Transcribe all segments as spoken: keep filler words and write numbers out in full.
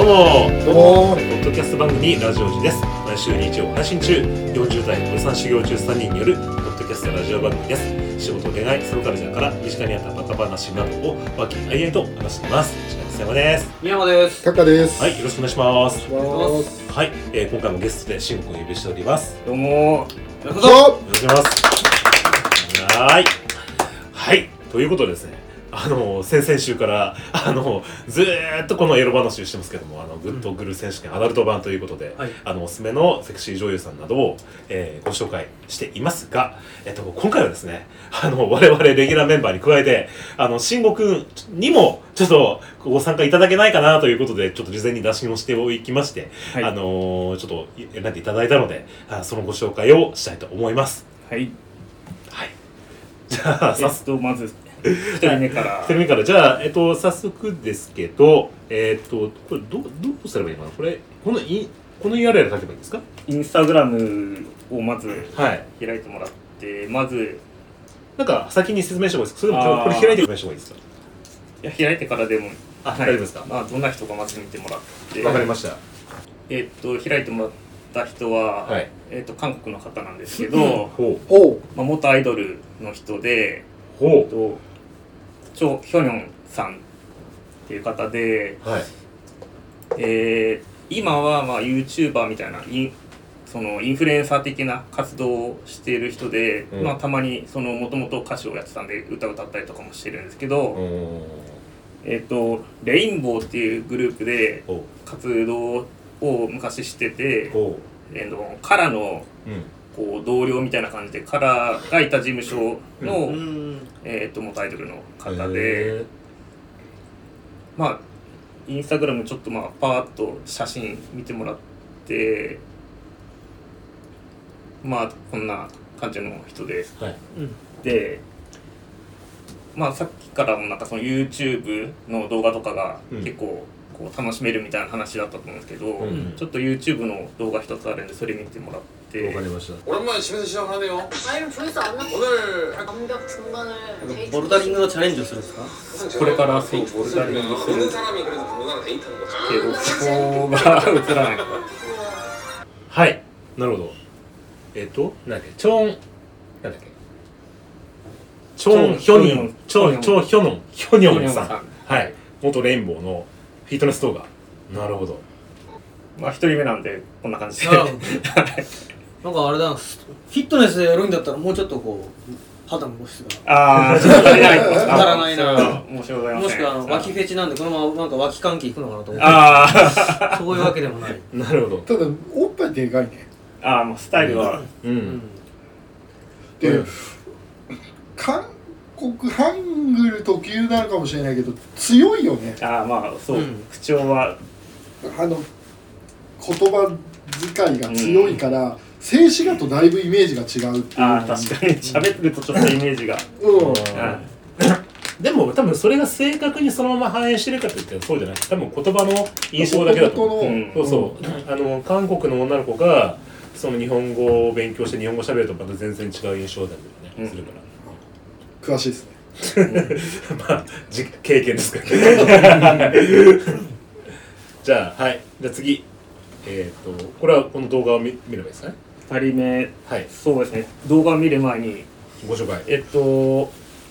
うもどうもポッドキャスト番組ラジオジです。毎週日曜配信中、よんじゅう代おじさん修行中さんにんによるポッドキャストラジオ番組です。仕事、恋愛、ソロカルチャーから身近にあったバカ話などを和気あいあいと話しています。石川です。 宮山です。 タカです。 はい、よろしくお願いします。 お願いします。 はい、えー、今回もゲストでしんごくんを呼びしております。 どうもよろしくどうよろしくお願いします。はいはいということでですね、あの先々週からあのずーっとこのエロ話をしてますけども、あのグッドグル選手権アダルト版ということで、 はい、 あのおすすめのセクシー女優さんなどを、えー、ご紹介していますが、えっと、今回はですね、あの我々レギュラーメンバーに加えて、あの慎吾くんにもちょっとご参加いただけないかなということで、ちょっと事前に打診をしておきまして、はい、あのちょっと選んでいただいたので、そのご紹介をしたいと思います。 はいはい。じゃあ、 早速まずひとりめからひとりめから、じゃあ、えっと、早速ですけど、えっと、これど、どうすればいいかな、これ、このイン、この ユーアールエル 書けばいいんですか？ インスタグラムをまずはい開いてもらって、まずなんか先に説明した方がいいですか？それともこれ開いて説明した方がいいですか？ いや開いてからでも、 あ、 はい、 大丈夫ですか？ まあ、どんな人かまず見てもらって、 わかりました。 えっと開いてもらった人は、はい、えっと韓国の方なんですけど、 ほうほう、まあ、元アイドルの人で、 ほう、 えっとチョ・ヒョニョンさんっていう方で、 はい、 えー、今はまあ YouTuber みたいなインそのインフルエンサー的な活動をしている人で、うん、まあ、たまにそのもともと歌手をやってたんで歌を歌ったりとかもしてるんですけど、えっとレインボーっていうグループで活動を昔してて、えー、のカラの、うんこう同僚みたいな感じでカラがいた事務所の、うん、えー、と元アイドルの方で、まあインスタグラムちょっとまあパーッと写真見てもらって、まあこんな感じの人で、はい、でまあさっきからもなんかその YouTube の動画とかが結構こう楽しめるみたいな話だったと思うんですけど、うん、ちょっと YouTube の動画一つあるんでそれ見てもらって。 わかりました。 오랜만에집에서시작하네요 아니면 조회수 안 나고 오늘 감격 중간을 보르다링으로 챌린지するんですか？ これからそうボルダリングする 보는 사람이 그래도 보다가 데이트하는 거죠 けどここが映らないはい、なるほど。えっと、なんだっけ、チョン、なんだっけ、チョンヒョニョン、チョンチョンヒョノン、ヒョニョンさん、はい、元レインボーのフィットネス動画。なるほど。 まあ一人目なんでこんな感じで。 なんかあれだな、フィットネスでやるんだったらもうちょっとこう肌の露出がああ、ちょっと足りない足らないな。 申し訳ございません。 もしくはあの脇フェチなんでこのままなんか脇関係いくのかなと思って。 ああ、そういうわけでもない。 なるほど。 ただおっぱいでかいね。 ああ、もうスタイルは。 うん。うん、 で、うん、韓国ハングル特有なのかもしれないけど強いよね。 ああ、まあそう、うん、口調はあの言葉遣いが強いから。うん静止画とだいぶイメージが違うっていう。 ああ確かに喋るとちょっとイメージがうん、うん、 でも多分それが正確にそのまま反映してるかといったらそうじゃない。多分言葉の印象だけだと思う、うん、そうそう、うん、あの韓国の女の子がその日本語を勉強して日本語喋るとまた全然違う印象だよね、うん、するから、 詳しいですねまあ経験ですからじゃあはい、じゃあ次えー、とこれはこの動画を 見, 見ればいいですかね。 ふたりめ、 はい、 そうですね。動画を見る前にご紹介。 えっと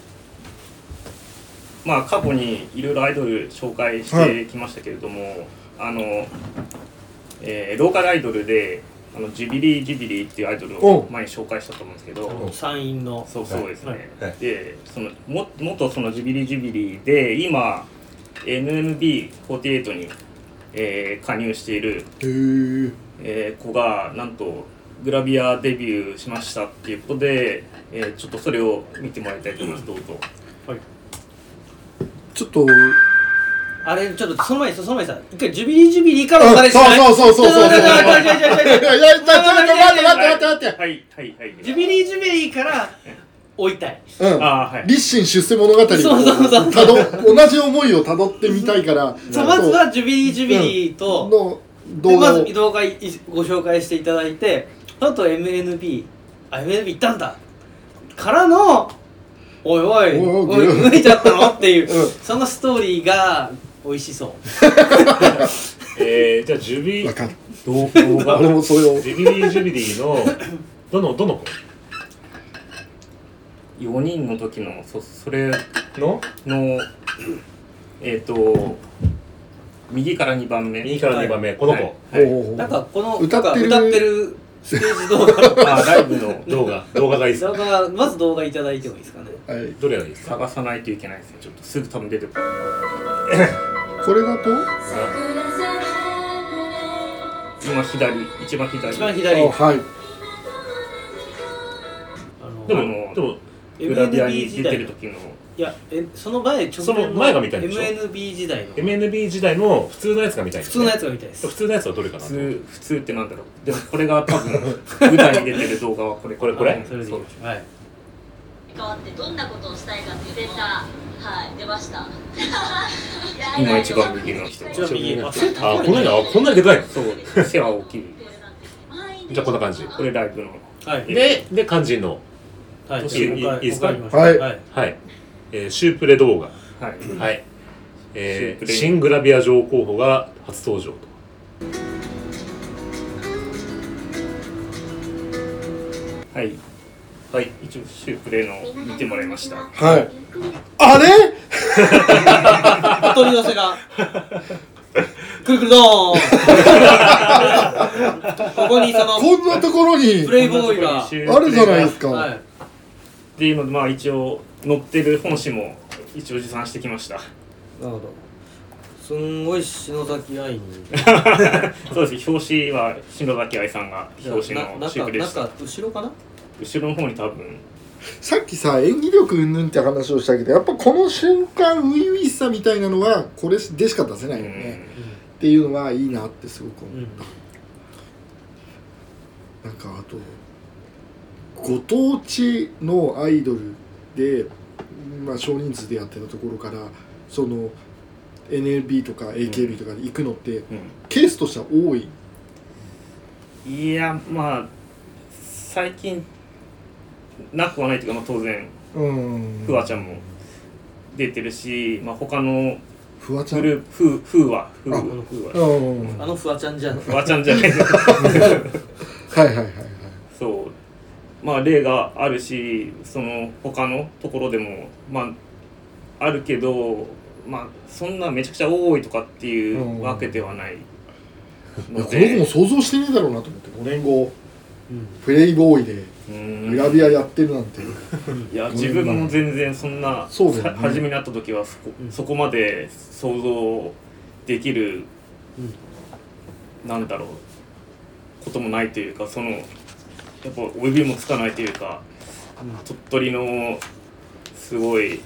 まあ過去にいろいろアイドル紹介してきましたけれども、はい、あの、えー、ローカルアイドルであのジュビリージュビリーっていうアイドルを前に紹介したと思うんですけど、 山陰のそうそうですね。はいはい、でそのも元そのジュビリージュビリーで今 エヌエムビーフォーティーエイト にえー、加入している、えー、子がなんとグラビアデビューしましたっていうことで、えー、ちょっとそれを見てもらいたいと思います。どうぞ。はい、 ちょっとあれちょっとその前にその前にさ一回ジュビリージュビリーからお話しない。 そうそうそうそうそうそう。いやいやいやいやいやいやいや待って待って待って待って。 はいはいはい。 ジュビリージュビリーから追いたい。 うん。 あはい。 立身出世物語をそうそうそうたど同じ思いをたどってみたいから。 そうまずはジュビリージュビリーと、 うん、の動画をまず動画ご紹介していただいて、あと エムエヌビー あ エムエヌビー 行ったんだからのおいおいおい脱いちゃったのっていう、うん、そのストーリーが美味しそうえー、じゃあジュビわかる。 動画俺もそれを。 ジュビリージュビリーのどのどの子よにんの時のそそれののえっ、と右からにばんめ右からにばんめ、この子、 はいほうほうほうなんかこの歌ってるなんか歌ってるステージ動画あライブの動画動画がいいですね。 動画まず動画いただいてもいいですかね。 はい。 どれがいいですか？ 探さないといけないですね。ちょっとすぐ多分出てくる。 これだと。 今左一番左一番左あ、はい。 あのでもあのでもグラビアエムエヌビーに時代出てる時のいやえその前直その前の前が見たいんでしょエムエヌビー 時代のエムエヌビー 時代の普通のやつが見たいんですね。 普通のやつが見たいです。 普通のやつはどれかな普と。 通普通ってなんだろう。でもこれが多分舞台に出てる動画はこれこれこれはいそれでいいですはい。 変わってどんなことをしたいかっていうデータ、はい、出ました今一番右の人。 一番右ああ、こんなにあこんなにでかいの。 そう背は大きい。 じゃあこんな感じ。 これライブの。 はいでで肝心のはいいいじゃあもう一回いいですかもう一回はい行きましょうはい、えー、シュープレ動画、 はい。 はい、えー、 シュープレ新グラビア女王候補が初登場と。 はい。 はい。 一応シュープレの見てもらいました。 はい。あれ？ お取り寄せがくるくるドーンここにそのこんなところにプレイボーイがあるじゃないですか。 はいっていうので、まあ一応載ってる本誌も一応持参してきました。 なるほどすんごい篠崎愛にそうです。表紙は篠崎愛さんが表紙なのシュープレでした。 なんか後ろかな後ろの方に多分さっきさ演技力うんぬんって話をしたけど、やっぱこの瞬間初々しさみたいなのはこれでしか出せないよね、っていうのはいいなってすごく思った、なんかあとご当地のアイドルで、まあ、少人数でやってたところからその エヌエルビー とか エーケービー とかで行くのって、 うケースとしては多い。 ん。いやまあ最近なくはないというか、まあ、当然うんフワちゃんも出てるし、まあ他のフワちゃん。 グループフーフーはフーあフーはうん。 あのフワちゃんじゃんフワちゃんじゃない。 はいはいはいはい。 そうまあ例があるし、その他のところでもまああるけど、まあそんなめちゃくちゃ多いとかっていうわけではないいやのこの子もで、 想像してねえだろうなと思ってごねんごうんプレイボーイでうんグラビアやってるなんて、 いや自分も全然そんなそうだよねさ初めになった時はそこ,、そこまで想像できる、なんだろうこともないというか、そのやっぱお指もつかないというか、鳥取のすごい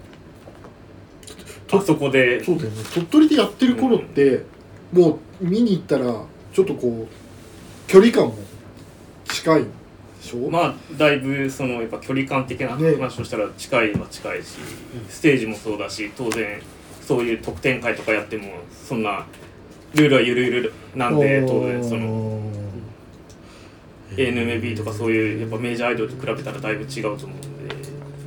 あそこでそうだよね、鳥取でやってる頃って、もう見に行ったらちょっとこう距離感も近いでしょ、 まあだいぶそのやっぱ距離感的なね話をしたら近いは近いし、ステージもそうだし、当然そういう特典会とかやってもそんなルールはゆるゆるなんで、当然その エヌエムビー とかそういうやっぱメジャーアイドルと比べたらだいぶ違うと思うんで。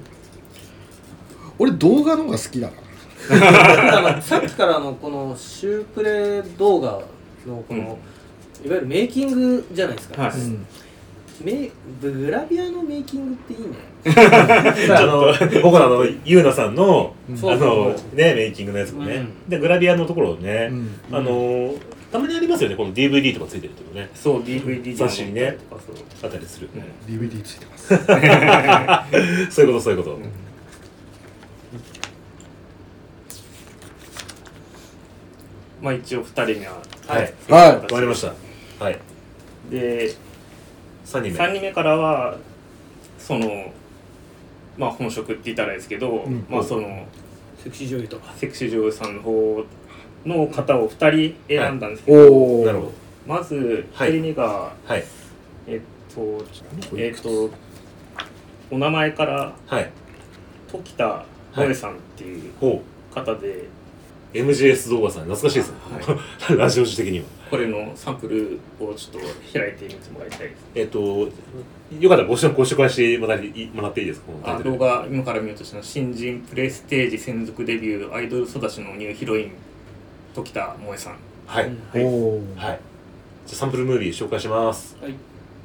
俺動画の方が好きだな。 あのさっきからのこのシュープレ動画のこの、いわゆるメイキングじゃないですか、 はいうんメグラビアのメイキングっていいねあの僕らのゆうなさんのうんあそうそうのねメイキングのやつもね、 うんでグラビアのところをね、 うんあのたまにありますよね、この ディーブイディー とかついてるとね、 そう ディーブイディー雑誌にねとかそう、 あったりする、 うんディーブイディー ついてますそういうことそういうこと、 まあ一応ふたりめははいはいわかりました。はいでさんにんめさんにんめからはそのまあ本職って言ったらですけど、 んまあそのセクシー女優とかセクシー女優さんの方の方をふたり選んだんですけど、 おおなるほど、 まずひとりめが、 はいえっとえっとお名前からはい時田萌さんっていうほ方で、 う エムジェーエス 動画さん懐かしいですね、ラジオ時的にはこれのサンプルをちょっと開いてみてもらいたいです。 えっとよかったらご紹ご紹介してもらっていいもらっていいですか、このタイトル動画今から見ようとしたのは新人プレステージ専属デビューアイドル育ちのニューヒロイン時田萌さんはい、 うんはい、 おお、 はい、じゃあサンプルムービー紹介します。 はい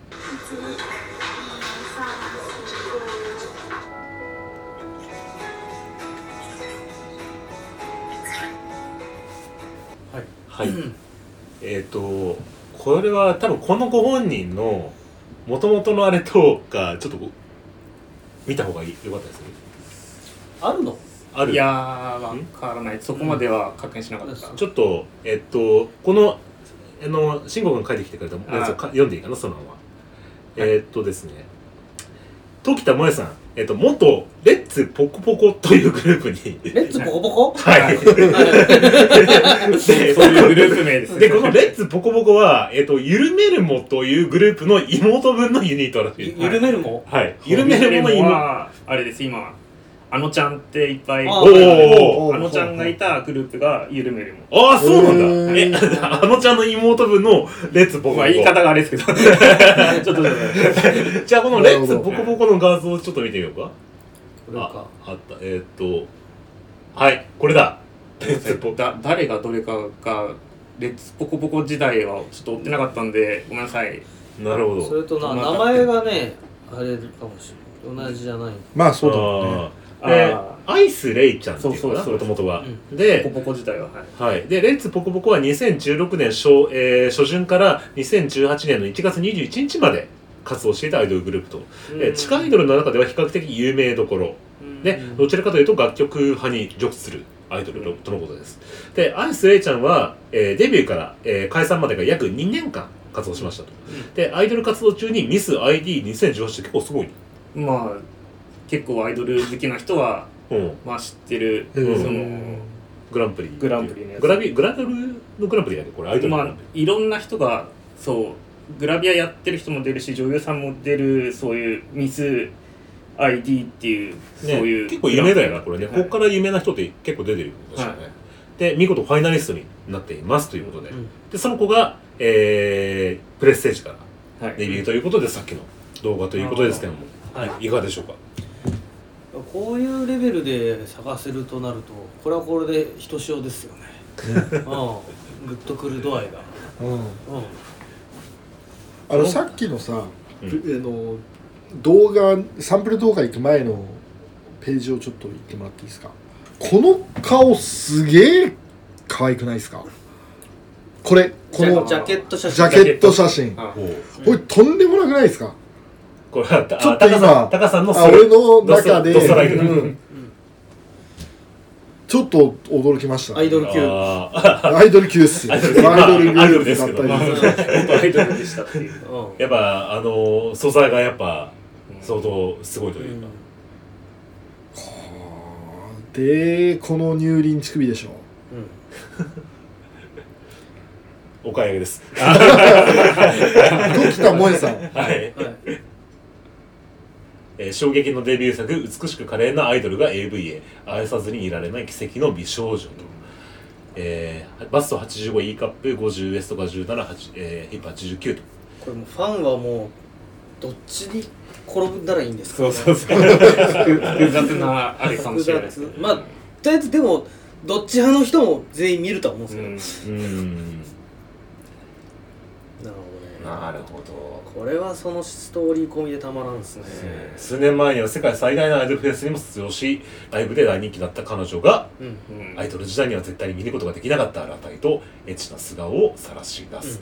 はいはい、えっ、ー、とこれは多分このご本人の元々のあれとかちょっと見た方がいいよかったですね。 あるのある。 いやーわからない、そこまでは確認しなかった、 ちょっとえっとこのあの慎吾君が書いてきてくれたやつをか読んでいいかな、そのまま。えー、っとですね、時田萌さん、えっと元レッツポコポコというグループにレッツポコポコはい。 でそういうグループ名ですね。 でこのレッツポコポコはえっとゆるめるもというグループの妹分のユニットらしい。 ゆるめるもはい。ゆるめるもの今妹。 はあれです今あのちゃんっていっぱいああおお。 のちゃんがいたグループがゆるめるもああそうなんだ。 へえあのちゃんの妹分のレッツポコポコ。 まあ言い方があれですけどちょっとちょっとじゃあこのレッツポコポコの画像をちょっと見てみようか。 これかああったえー、っとはいこれだ。レッツポだ誰がどれかがレッツポコポコ時代はちょっと追ってなかったんでごめんなさい。 なるほど。 それとなどんな名前がねあれかもしれない同じじゃないまあそうだろうね。 あーであアイスレイちゃんっていうのかな、 そうそうそうもともとは。 うでポコポコ時代ははいはい、でレッツポコポコはにせんじゅうろくねん初、えー初旬からにせんじゅうはちねんのいちがつにじゅういちにちまで活動していたアイドルグループと、えー地下アイドルの中では比較的有名どころで、どちらかというと楽曲派に属するアイドルとのことです。でアイスレイちゃんは、えーデビューから、えー解散までが約にねんかん活動しましたと。でアイドル活動中にミス アイディーにせんじゅうはち って結構すごいね。 まあ結構アイドル好きな人はうん、 まあ知ってる、 うんそのグランプリグランプリのやつグラビグラドルのグランプリだけどこれアイドルのまあグランプリ、 いろんな人がそうグラビアやってる人も出るし女優さんも出るそういうミス アイディー っていう、 ね、 そういう結構有名だよなこれね、 はいここから有名な人って結構出てるんですよね、 はいで見事ファイナリストになっていますということで、 うんでその子が、えープレスステージからはいデビューということで、さっきの動画ということですけども、 はいいかがでしょうか。 こういうレベルで探せるとなるとこれはこれでひとしおですよねうんグッとくる度合いがうんうんあのさっきのさ、 うんあの動画サンプル動画行く前のページをちょっと言ってもらっていいですか。この顔すげえ可愛くないですか。これこのジャケット写真ジャケット写真あおうこれとんでもなくないですか。 これはたちょっと今タカさんタカさんのあ俺の中でドストライク、 うんちょっと驚きました、 アイドル級あーアイドル級っすよ。アイドルグまあアイドループルですけどだったり本当アイドルでしたっていううんやっぱあのー素材がやっぱ相当すごいというか、 でこの乳輪乳首でしょ。 お買い上げです時田萌さんはい、 はいえー衝撃のデビュー作「美しく華麗なアイドルが エーブイ へ愛さずにいられない奇跡の美少女」と、えーバスト はちじゅうごイー カップ ごじゅうウエストがじゅうなな、えー、ヒップはちじゅうきゅうとこれもうファンはもうどっちに転んだらいいんですか、 そうそうそう複雑なあれかもしれないですけどまあとりあえずでもどっち派の人も全員見るとは思うんですけど、 うんうーんなるほどねなるほど、 これはそのストーリー込みでたまらんですね、 数年前には世界最大のアイドルフェスにも出場しライブで大人気だった彼女がうんうんアイドル時代には絶対に見ることができなかった裸体とエッチな素顔を晒し出すと、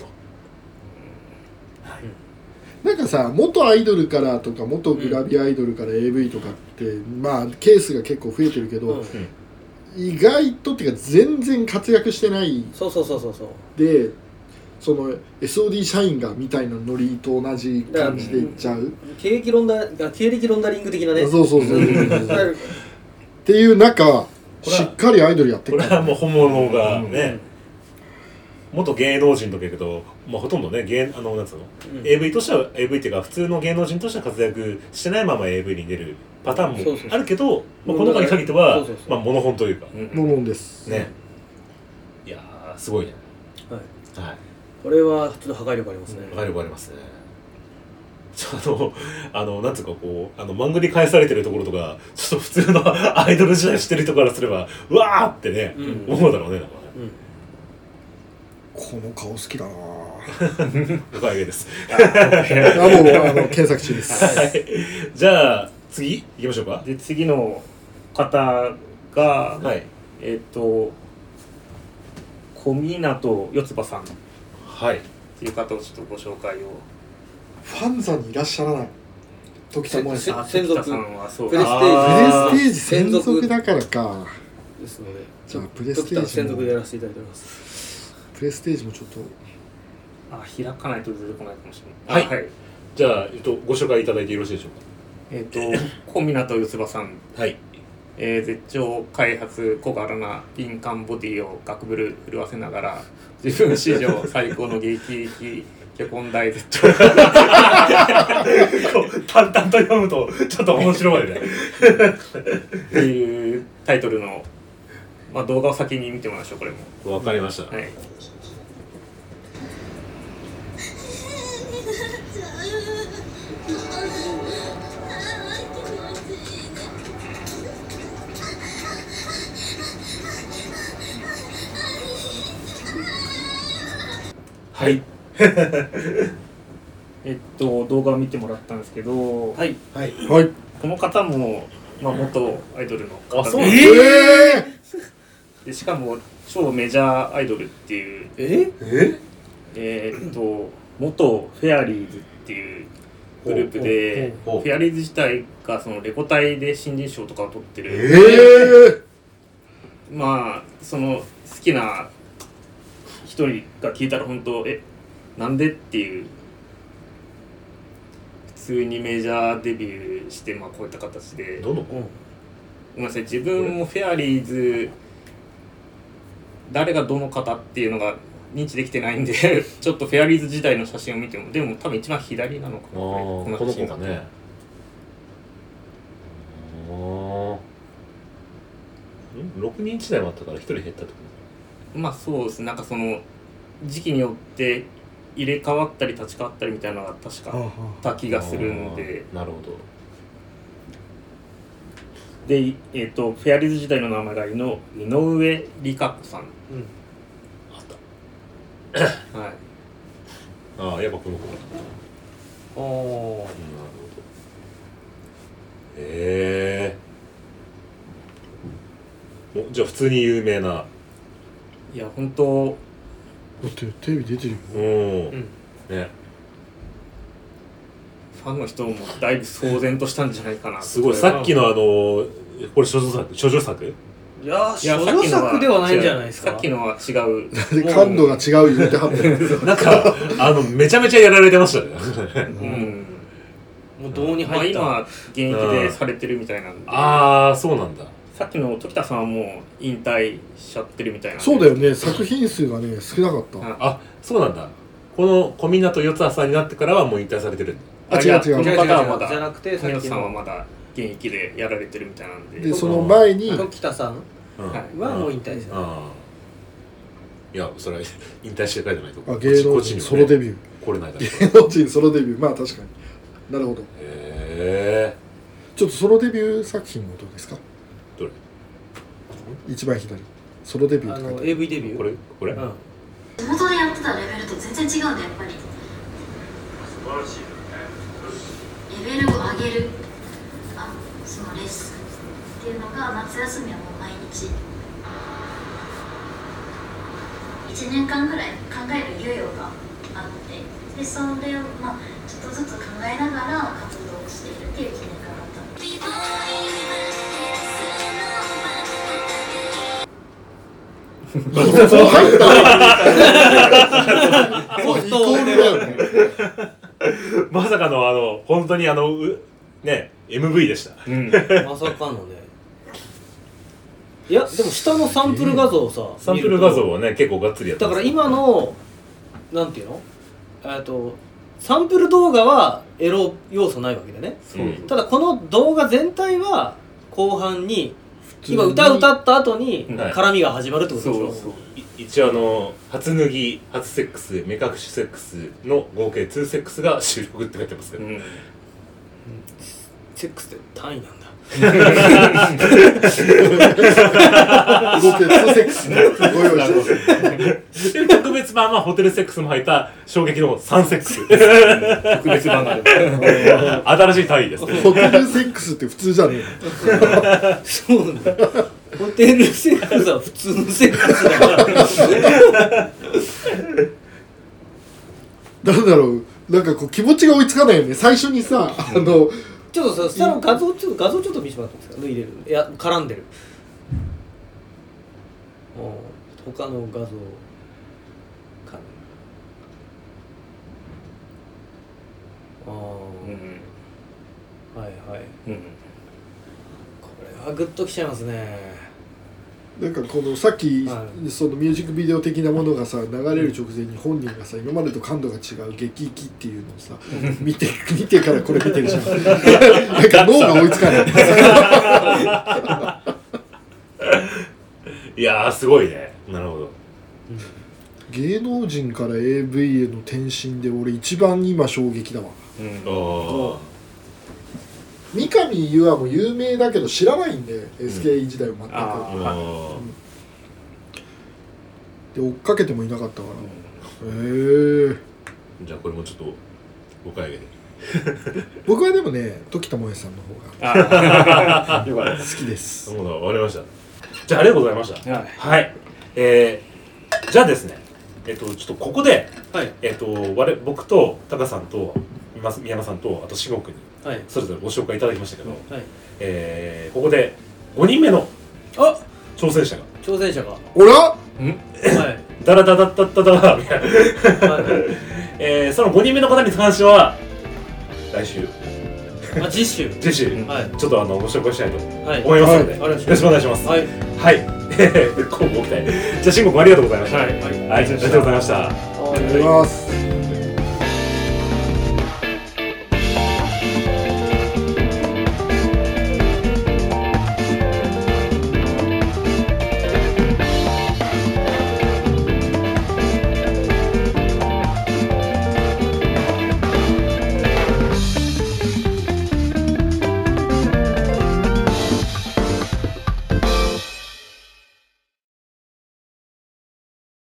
なんかさ元アイドルからとか元グラビアアイドルから エーブイ とかって、まあケースが結構増えてるけど、 うん意外とっていうか全然活躍してないそうそうそうそうそうでその エスオーディー 社員がみたいなノリと同じ感じでいっちゃう、 経歴ロンダ経歴ロンダリング的なねそうそうそうそうそうだからっていう中れはしっかりアイドルやってこるかられはもう本物がね、元芸能人だけど、まあ、ほとんどね芸あのなんつうの、 うんエーブイ としては エーブイ っていうか普通の芸能人としては活躍してないまま エーブイ に出るパターンもそうそうそうあるけど、まあ、この子に限ってはそうそうそうまあモノホンというかうんものですね、いやーすごいね、 はいはい、 これはちょっと破壊力ありますね、 わかりわかりますね。ちょっとあのなんつうかこうあの漫画に返されてるところとかちょっと普通のアイドル時代してる人からすればうわーってね、 うん思うだろうねなんかね。 うんこの顔好きだなぁおかげですあもうあの検索中ですはいじゃあ次行きましょうか。 で次の方が、 はいえっ、と小湊四つ葉さんっはいていう方をちょっとご紹介を。 ファンザにいらっしゃらない時田萌さんあ専属時田さんはそうプレステージあプレステージ専属だからかですのでじゃあプレステ時田専ージも属でやらせていただいておりますプレステージもちょっとあ開かないと出てこないかもしれない。 はいはい、 じゃあ、えっと、ご紹介いただいてよろしいでしょうえっ、と小湊四つ葉さん、 か。はいえー絶頂開発小柄な敏感ボディをガクブル震わせながら自分史上最高の激激巨根大絶頂こう淡々と読むとちょっと面白いねっていうタイトルの、まあ、動画を先に見てもらいましょう。これもわかりました、 はい。 はいえっと動画を見てもらったんですけど、 はいはいはいこの方も、まあ、元アイドルの方であそうえでしかも超メジャーアイドルっていう、 えええーっと元フェアリーズっていうグループでほうほうほうフェアリーズ自体がそのレコ大で新人賞とかを取ってる、 えまあその好きな一人が聞いたら本当えなんでっていう普通にメジャーデビューして、まあ、こういった形でどのごめんなさい自分もフェアリーズ誰がどの方っていうのが認知できてないんでちょっとフェアリーズ時代の写真を見てもでも多分一番左なのかあなーこの写真だと子がねあーんろくにん時代もあったからひとり減ったってこまあそうですねなんかその時期によって入れ替わったり立ち替わったりみたいなのが確かあった気とがするんであーなるほどで、えー、とフェアリーズ時代の名前が井の井上理香子さん、 あったはい、 ああやっぱこの子だおなるほどへえおじゃあ普通に有名ないや本当だってテレビ出てるようん、 うんねファンの人もだいぶ騒然としたんじゃないかなすごいさっきのあのこれ少女作少女作いやーいや少女作ではないんじゃないですかさっきのは違うで感度が違う言うてはったなんかあのめちゃめちゃやられてましたねうんもう胴にまあ入った、 今現役でされてるみたいなんでああそうなんださっきの時田さんはもう引退しちゃってるみたいなんでそうだよね作品数がね少なかったああそうなんだこの小湊四葉さんになってからはもう引退されてるんだあ違う違ういやこの方はまだじゃなくてさっ小きの湊さんはまだ現役でやられてるみたいなんででその前に時田さんうんはいはもう引退ですよねああいやそれは引退してからじゃないとあ芸能人ソロデビュー来れないだろ芸能人ソロデビューまあ確かになるほどへえちょっとソロデビュー作品もどうですかどれ一番左ソロデビューあのって書いてあるエーブイ デビューこれこれ、 うん地元でやってたレベルと全然違うんだやっぱりレベルを上げるあそのレッスンっていうのが夏休みはもう毎日いちねんかんぐらい考える猶予があってでそれをまあちょっとずつ考えながら活動をしているっていういちねんかんだったんですそう入ったもうイコールだよねまさかのあの本当にあのうね エムブイ でしたうんまさかのねいやでも下のサンプル画像をさサンプル画像はね結構がっつりやってますだから今のなんていうのえっとサンプル動画はエロ要素ないわけだねうんただこの動画全体は後半に通に今歌歌った後にはい絡みが始まるってことでしょ、 そうそうい一応あの初脱ぎ初セックス目隠しセックスの合計にセックスが収録って書いてますけど、 うんセックスって単位なんだホテルセックスねご用意してで特別版はホテルセックスも入った衝撃のサンセックス特別版がある新しい単位ですホテルセックスって普通じゃねえそうなんだホテルセックスは普通のセックスだからなんだろうなんかこう気持ちが追いつかないよね最初にさあのちょっとさ下の画像ちょっと画像ちょっと見せてもらっていいですか脱いでるいや絡んでるうん他の画像かああ、 うんはいはいうんこれはグッときちゃいますねなんかこのさっき、 はそのミュージックビデオ的なものがさ流れる直前に本人がさ今までと感度が違う激域っていうのをさ見て見てからこれ見てるじゃんなんか脳が追いつかないいやーすごいねなるほど芸能人から エーブイ への転身で俺一番今衝撃だわうんあ三上優愛も有名だけど知らないんで、エスケー 時代を全くあーあで追っかけてもいなかったからへえーじゃあこれもちょっとお買い上げで僕はでもね時田萌さんの方があよかった好きですなるほどわかりましたじゃあありがとうございましたはいはいえー、じゃあですねえっとちょっとここではいえっと我僕とタカさんと宮宮山さんとあと志吾君にはいそれぞれご紹介いただきましたけど、 はいえー、ここでごにんめのあ挑戦者が挑戦者がはおらいダラダダッダッダダみたいな、 はいえー、そのごにんめの方に関しては来週あ次週次週、 はいちょっとあのご紹介したいとはい思いますので、 はいよろしくお願いします。 はいはい。こうご期待。じゃあ、慎吾君ありがとうございました。 はいはい、ありがとうございました。 ありがとうございます